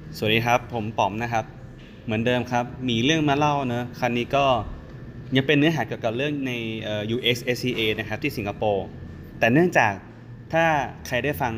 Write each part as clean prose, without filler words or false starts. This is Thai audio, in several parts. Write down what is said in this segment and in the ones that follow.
สวัสดีครับผมป๋อมนะครับเหมือนเดิมครับมีเรื่องมาเล่าเนอะครั้นี้ก็ยังเป็นเนื้อหาเกี่ยวกับเรื่องในUX SCA นะครับที่สิงคโปร์แต่เนื่องจากถ้าใครได้ฟัง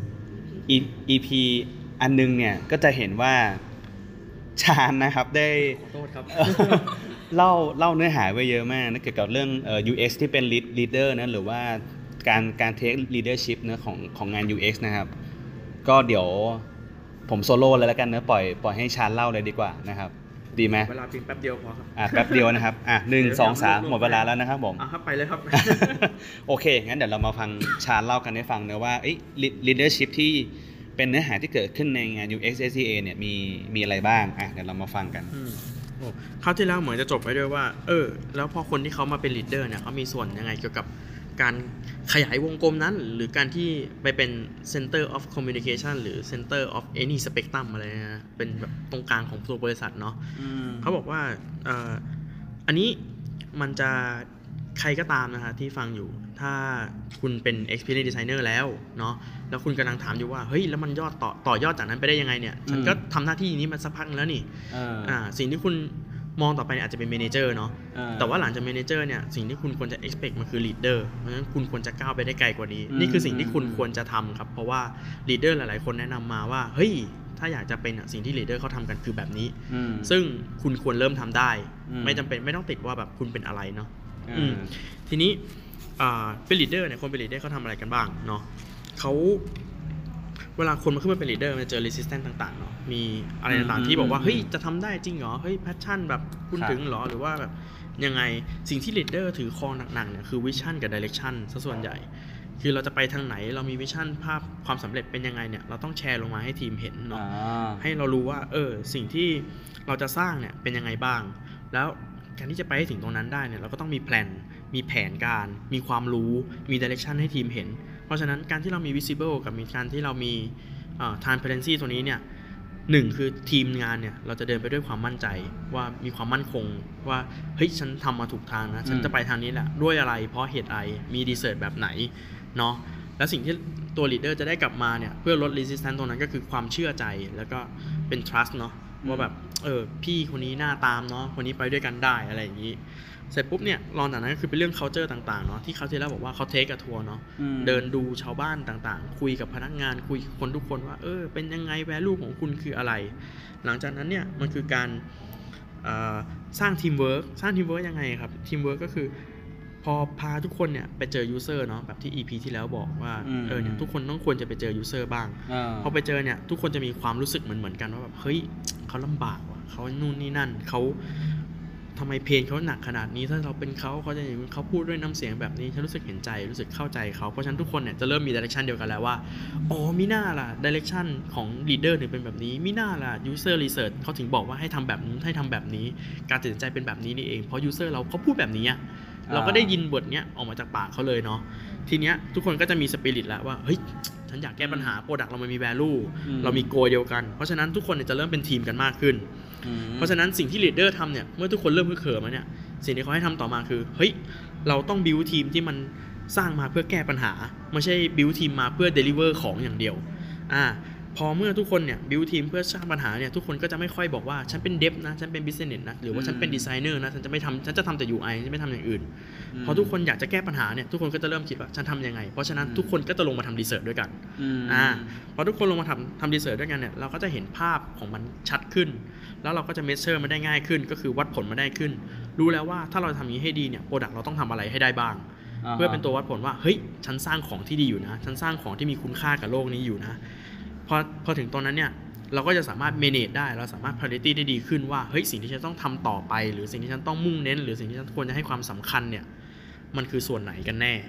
EP อันนึงเนี่ยก็จะเห็นว่าชาญนะครับได้ขอโทษครับเล่าเนื้อหาไว้เยอะมากนะเกี่ยวกับเรื่องUX ที่เป็น leader นะหรือว่าการ take leadership นะของงาน UX นะครับก็เดี๋ยวผมโซโล่เลยแล้วกันนะปล่อยให้ชาญเล่าเลยดีกว่านะครับดีไหมเวลาเพียงแป๊บเดียวพอครับแป๊บเดียวนะครับหนึ่งเดี๋ยวสองสามรวบหมดเวลาแล้วนะครับผมครับไปเลยครับโอเคงั้นเดี๋ยวเรามาฟังชาญเล่ากันให้ฟังนะว่าleadership ที่เป็นเนื้อหาที่เกิดขึ้นในงาน UX SCA เนี่ยมีอะไรบ้างเดี๋ยวเรามาฟังกันโอ้คราวที่แล้วเหมือนจะจบไปด้วยว่าแล้วพอคนที่เขามาเป็นลีดเดอร์เนี่ยเขามีส่วนยังไงเกี่ยวกับการขยายวงกลมนั้นหรือการที่ไปเป็น center of communication หรือ center of any spectrum อะไรนะเป็นแบบตรงกลางของตัวบริษัทเนาะเขาบอกว่าอันนี้มันจะใครก็ตามนะฮะที่ฟังอยู่ถ้าคุณเป็น experience designer แล้วเนาะแล้วคุณกำลังถามอยู่ว่าเฮ้ยแล้วมันต่อยอดจากนั้นไปได้ยังไงเนี่ยฉันก็ทำหน้าที่นี้มาสักพักแล้วนี่สิ่งที่คุณมองต่อไปอาจจะเป็นเมเนเจอร์เนาะแต่ว่าหลังจากเมเนเจอร์เนี่ยสิ่งที่คุณควรจะ expect มันคือ leader เพราะฉะนั้นคุณควรจะก้าวไปได้ไกลกว่านี้นี่คือสิ่งที่คุณควรจะทำครับเพราะว่า leader หลายๆคนแนะนำมาว่าเฮ้ยถ้าอยากจะเป็นสิ่งที่ leader เขาทำกันคือแบบนี้ซึ่งคุณควรเริ่มทำได้ไม่จำเป็นไม่ต้องติดว่าแบบคุณเป็นอะไรเนาะทีนี้เป็น leader เนี่ยคนเป็น leader เขาทำอะไรกันบ้างเนาะเขาเวลาคนมาขึ้นมาเป็น leader มันจะเจอ resistance ต่างๆเนาะมีอะไรต่างๆที่บอกว่าเฮ้ยจะทำได้จริงเหรอเฮ้ย passion แบบคุณถึงเหรอหรือว่าแบบยังไงสิ่งที่ leader ถือครองหนักๆเนี่ยคือ vision กับ direction ซะส่วนใหญ่คือเราจะไปทางไหนเรามีวิชั่นภาพความสำเร็จเป็นยังไงเนี่ยเราต้องแชร์ลงมาให้ทีมเห็นเนาะให้เรารู้ว่าสิ่งที่เราจะสร้างเนี่ยเป็นยังไงบ้างแล้วการที่จะไปให้ถึงตรงนั้นได้เนี่ยเราก็ต้องมีแพลนมีแผนการมีความรู้มี direction ให้ทีมเห็นเพราะฉะนั้นการที่เรามี visible กับมีการที่เรามีtransparency ตัวนี้เนี่ยหนึ่งคือทีมงานเนี่ยเราจะเดินไปด้วยความมั่นใจว่ามีความมั่นคงว่าเฮ้ยฉันทำมาถูกทางนะฉันจะไปทางนี้แหละด้วยอะไรเพราะเหตุอะไรมีรีเสิร์ชแบบไหนเนาะและสิ่งที่ตัว leader จะได้กลับมาเนี่ยเพื่อลด resistance ตรงนั้นก็คือความเชื่อใจแล้วก็เป็น trust เนาะว่าแบบพี่คนนี้หน้าตามเนาะคนนี้ไปด้วยกันได้อะไรอย่างนี้เสร็จปุ๊บเนี่ยรองจากนั้นก็คือเป็นเรื่อง culture ต่างๆเนาะที่เขาที่แล้วบอกว่าเขา take a tour เนาะเดินดูชาวบ้านต่างๆคุยกับพนักงานคุยคนทุกคนว่าเป็นยังไง value ของคุณคืออะไรหลังจากนั้นเนี่ยมันคือการสร้าง teamwork ยังไงครับ teamwork ก็คือพอพาทุกคนเนี่ยไปเจอ user เนาะแบบที่ EP ที่แล้วบอกว่าเนี่ยทุกคนต้องควรจะไปเจอ user บ้างพอไปเจอเนี่ยทุกคนจะมีความรู้สึกเหมือนกันว่าแบบเฮ้ยเขาลำบากว่ะเขานู่นนี่นั่นเขาทำไมเพลงเขาหนักขนาดนี้ถ้าเราเป็นเขาจะอย่างเขาพูดด้วยน้ำเสียงแบบนี้ฉันรู้สึกเห็นใจรู้สึกเข้าใจเขาเพราะฉะนั้นทุกคนเนี่ยจะเริ่มมี direction เดียวกันแล้วว่ามิน่าล่ะ direction ของ leader ถึงเป็นแบบนี้มิน่าล่ะ user research เขาถึงบอกว่าให้ทำแบบนี้ให้ทำแบบนี้การตัดสินใจเป็นแบบนี้นี่เองเพราะ user เราเขาพูดแบบนี้เราก็ได้ยินบทเนี้ยออกมาจากปากเขาเลยเนาะทีเนี้ยทุกคนก็จะมีสปิริตแล้วว่าเฮ้ยฉันอยากแก้ปัญหาโปรดักต์เรามันมี value เรามีโกเดียวกันเพราะฉะนั้นทุกคนเนี่ยจะเริ่มเป็นทีมกันมากขึ้นเพราะฉะนั้นสิ่งที่ leader ทำเนี่ยเมื่อทุกคนเริ่มฮึกเหิมแล้วเนี่ยสิ่งที่เขาให้ทำต่อมาคือเฮ้ยเราต้อง build ทีมที่มันสร้างมาเพื่อแก้ปัญหาไม่ใช่ build ทีมมาเพื่อ deliver ของอย่างเดียวพอเมื่อทุกคนเนี่ยบิวทีมเพื่อสร้างปัญหาเนี่ยทุกคนก็จะไม่ค่อยบอกว่าฉันเป็นเดฟนะฉันเป็นบิสเนสนะหรือว่าฉันเป็นดีไซเนอร์นะฉันจะทำแต่ UI ฉันไม่ทำอย่างอื่นพอทุกคนอยากจะแก้ปัญหาเนี่ยทุกคนก็จะเริ่มคิดว่าฉันทำยังไงเพราะฉะนั้นทุกคนก็จะลงมาทำรีเสิร์ชด้วยกันพอทุกคนลงมาทำรีเสิร์ชด้วยกันเนี่ยเราก็จะเห็นภาพของมันชัดขึ้นแล้วเราก็จะเมสเซอร์มันได้ง่ายขึ้นก็คือวัดผลมาได้ขึ้นรู้แล้วว่าถ้าเราทำอย่างนี้ให้ดีเนี่ยโปรดักต์เราต้องทำอะไรให้ได้บ้างเพื่อเป็นตัววัดผลว่าเฮ้ยฉันสร้างของที่ดีอยู่นะฉันสร้างของที่มีคุณค่ากับโลกนี้อยู่นะพอถึงตรงนั้นเนี่ยเราก็จะสามารถ manage ได้เราสามารถ priority ได้ดีขึ้นว่าเฮ้ยสิ่งที่ฉันต้องทำต่อไปหรือสิ่งที่ฉันต้องมุ่งเน้นหรือสิ่งที่ฉันควรจะให้ความสำคัญเนี่ยมันคือส่วนไหนกันแน่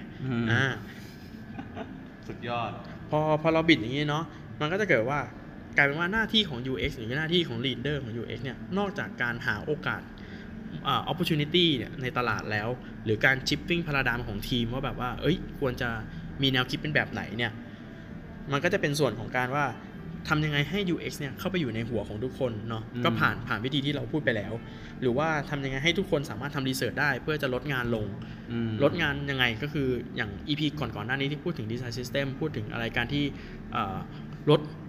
สุดยอดพอเราบิดอย่างนี้เนาะมันก็จะเกิดว่ากลายเป็นว่าหน้าที่ของ UX หรือหน้าที่ของ leader ของ UX เนี่ยนอกจากการหาโอกาสopportunity เนี่ยในตลาดแล้วหรือการ shifting paradigm ของทีมว่าแบบว่าควรจะมีแนวคิดเป็นแบบไหนเนี่ยมันก็จะเป็นส่วนของการว่าทำยังไงให้ UX เนี่ยเข้าไปอยู่ในหัวของทุกคนเนาะก็ผ่านวิธีที่เราพูดไปแล้วหรือว่าทำยังไงให้ทุกคนสามารถทำรีเสิร์ชได้เพื่อจะลดงานลงลดงานยังไงก็คืออย่าง EP ก่อนหน้านี้ที่พูดถึง Design System พูดถึงอะไรการที่ลด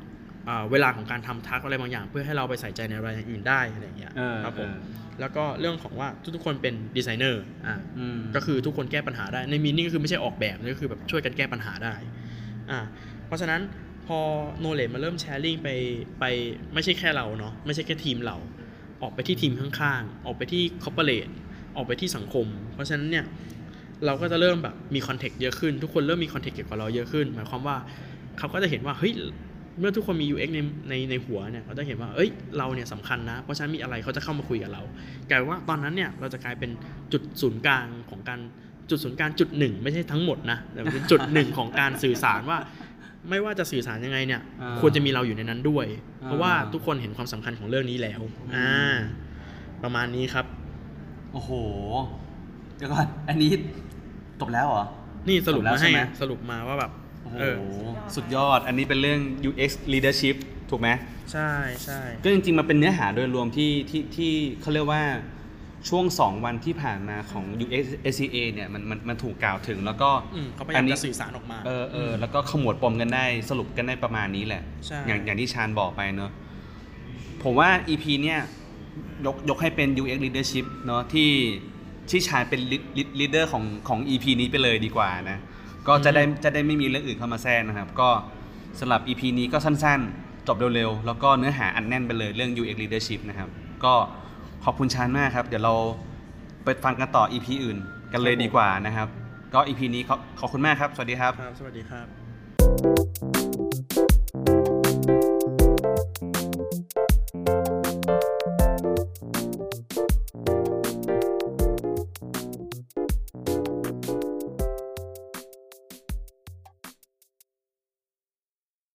เวลาของการทำทักอะไรบางอย่างเพื่อให้เราไปใส่ใจในรายอื่นได้อะไรอย่างเงี้ยครับผมแล้วก็เรื่องของว่าทุกคนเป็นดีไซเนอร์ก็คือทุกคนแก้ปัญหาได้ในมีนิ่งก็คือไม่ใช่ออกแบบนี่ก็คือแบบช่วยกันแก้ปัญหาได้เพราะฉะนั้นพอโนเลจมาเริ่มแชร์ลิงไปไม่ใช่แค่เราเนาะไม่ใช่แค่ทีมเราออกไปที่ทีมข้างๆออกไปที่คอร์ปอเรทออกไปที่สังคมเพราะฉะนั้นเนี่ยเราก็จะเริ่มแบบมีคอนเทกต์เยอะขึ้นทุกคนเริ่มมีคอนเทกต์เกี่ยวกับเราเยอะขึ้นหมายความว่าเขาก็จะเห็นว่าเฮ้ยเมื่อทุกคนมี UX ในหัวเนี่ยเขาจะเห็นว่าเอ้ยเราเนี่ยสำคัญนะเพราะฉะนั้นมีอะไรเขาจะเข้ามาคุยกับเรากลายว่าตอนนั้นเนี่ยเราจะกลายเป็นจุดศูนย์กลางของการจุดศูนย์กลางจุดหนึ่งไม่ใช่ทั้งหมดนะแต่เป็นจุดหนึ่งของการสื่อสารว่าไม่ว่าจะสื่อสารยังไงเนี่ยควรจะมีเราอยู่ในนั้นด้วยเพราะว่าทุกคนเห็นความสำคัญของเรื่องนี้แล้วประมาณนี้ครับโอ้โหเดี๋ยวก่อนอันนี้จบแล้วเหรอนี่สรุปมาให้สรุปมาว่าแบบสุดยอดอันนี้เป็นเรื่อง UX leadership ถูกไหมใช่ใช่ก็จริงๆมาเป็นเนื้อหาโดยรวมที่เขาเรียกว่าช่วง2วันที่ผ่านมาของ UX SCA เนี่ยมันถูกกล่าวถึงแล้วก็เขาพยายามจะสื่อสารออกมาแล้วก็ขมวดปมกันได้สรุปกันได้ประมาณนี้แหละอย่างที่ชาญบอกไปเนอะผมว่า EP เนี่ยยกให้เป็น UX leadership เนอะที่ชาญเป็น leader ของ EP นี้ไปเลยดีกว่านะก็จะได้ไม่มีเรื่องอื่นเข้ามาแทรกนะครับก็สำหรับ EP นี้ก็สั้นๆจบเร็วๆแล้วก็เนื้อหาอันแน่นไปเลยเรื่อง UX leadership นะครับก็ขอบคุณชาญมากครับเดี๋ยวเราไปฟังกันต่อ EP อื่นกันเลยดีกว่านะครับก็ EP นี้ขอบคุณมากครับสวัสดีครับสวัสดีครับ